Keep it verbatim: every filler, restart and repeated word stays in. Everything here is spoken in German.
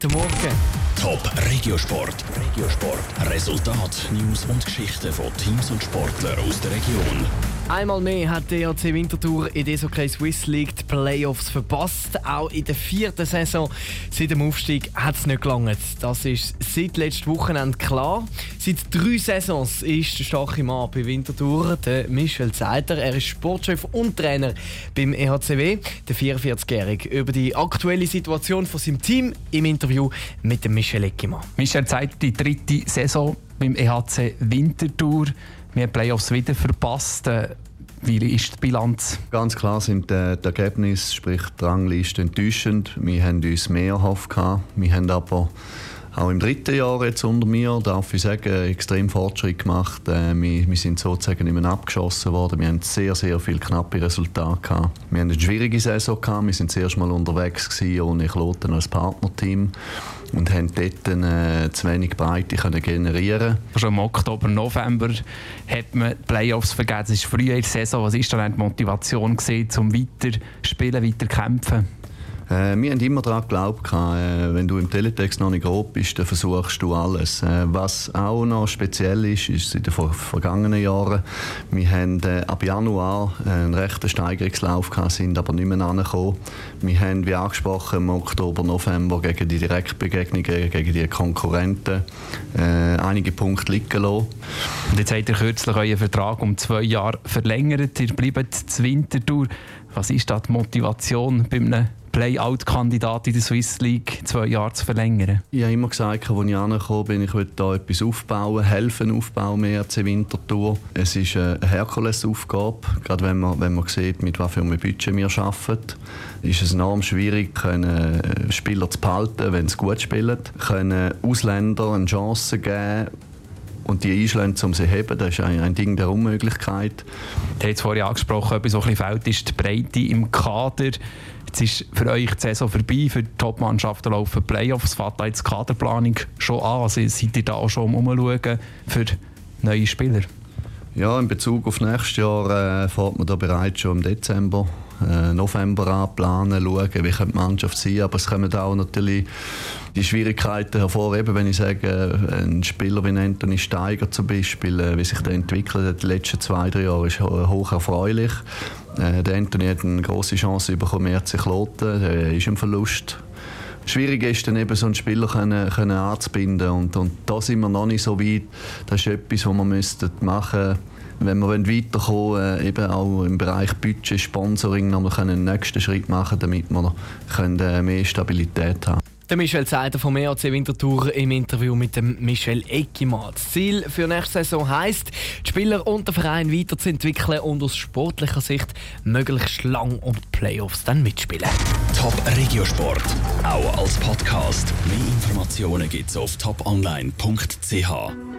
Guten Morgen. Top Regiosport. Regiosport. Resultat, News und Geschichten von Teams und Sportlern aus der Region. Einmal mehr hat der E H C Winterthur in der Eishockey Swiss League die Playoffs verpasst. Auch in der vierten Saison seit dem Aufstieg hat es nicht gelangt. Das ist seit letztem Wochenende klar. Seit drei Saisons ist der starke Mann bei Winterthur, der Michel Zeiter. Er ist Sportchef und Trainer beim E H C W, der vierundvierzigjährige. Über die aktuelle Situation von seinem Team im Interview mit dem Michel Eckimann. Michel Zeiter, die dritte Saison beim E H C Winterthur. Wir haben die Playoffs wieder verpasst. Wie ist die Bilanz? Ganz klar sind die, die Ergebnisse, sprich die Rangliste, enttäuschend. Wir haben uns mehr erhofft. Wir haben aber auch im dritten Jahr jetzt unter mir, darf ich sagen, extrem Fortschritt gemacht. Wir, wir sind sozusagen nicht mehr abgeschossen worden. Wir haben sehr, sehr viele knappe Resultate gehabt. Wir haben eine schwierige Saison gehabt. Wir sind zuerst mal unterwegs gewesen, ohne Kloten als Partnerteam und haben dort äh, zu wenig Breite können generieren. Schon im Oktober, November hat man die Playoffs vergeben. Es ist früher in der Saison. Was war dann die Motivation gewesen, um weiter zu spielen, weiter zu kämpfen? Äh, wir haben immer daran geglaubt, äh, wenn du im Teletext noch nicht grob bist, dann versuchst du alles. Äh, was auch noch speziell ist, ist in den ver- vergangenen Jahren, wir haben äh, ab Januar einen rechten Steigerungslauf gehabt, sind aber nicht mehr angekommen. Wir haben, wie angesprochen, im Oktober, November gegen die Direktbegegnungen, gegen die Konkurrenten äh, einige Punkte liegen lassen. Und jetzt habt ihr kürzlich euren Vertrag um zwei Jahre verlängert. Ihr bleibt zur Winterthur. Was ist da die Motivation bei einem Play-Out-Kandidat in der Swiss League zwei Jahre zu verlängern? Ich habe immer gesagt, als ich angekommen bin, ich will hier etwas aufbauen, helfen aufbauen, mehr als Winterthur. Es ist eine Herkulesaufgabe, gerade wenn man, wenn man sieht, mit was für einem Budget wir arbeiten. Ist es enorm schwierig, können Spieler zu behalten, wenn sie gut spielen, können Ausländer eine Chance geben und die einschlagen, um sie zu heben. Das ist ein, ein Ding der Unmöglichkeit. Du hast es vorhin angesprochen, etwas, was ein bisschen fehlt, ist die Breite im Kader. Jetzt ist für euch die Saison vorbei, für die Top-Mannschaften laufen Playoffs, fängt da jetzt die Kaderplanung schon an? Also seid ihr da auch schon umschauen für neue Spieler? Ja, in Bezug auf nächstes Jahr äh, fährt man da bereits schon im Dezember, äh, November an planen, schauen, wie könnte die Mannschaft sein. Aber es kommen auch natürlich die Schwierigkeiten hervor, eben wenn ich sage, ein Spieler wie Anthony Steiger zum Beispiel, äh, wie sich der entwickelt hat die letzten zwei, drei Jahre, ist hoch erfreulich. Äh, der Anthony hat eine grosse Chance bekommen, mehr zu kloten, der ist ein Verlust. Schwierig ist dann eben, so einen Spieler können, können anzubinden und, und da sind wir noch nicht so weit. Das ist etwas, was wir müssten machen, wenn wir weiterkommen, äh, eben auch im Bereich Budget, Sponsoring, noch mal einen nächsten Schritt machen, damit wir können, äh, mehr Stabilität haben. Der Michel Zeiter vom E H C Winterthur im Interview mit dem Michel Eckimann. Das Ziel für nächste Saison heisst, die Spieler und den Verein weiterzuentwickeln und aus sportlicher Sicht möglichst lang um die Playoffs dann mitspielen. Top Regiosport. Auch als Podcast. Mehr Informationen gibt's auf top online punkt c h.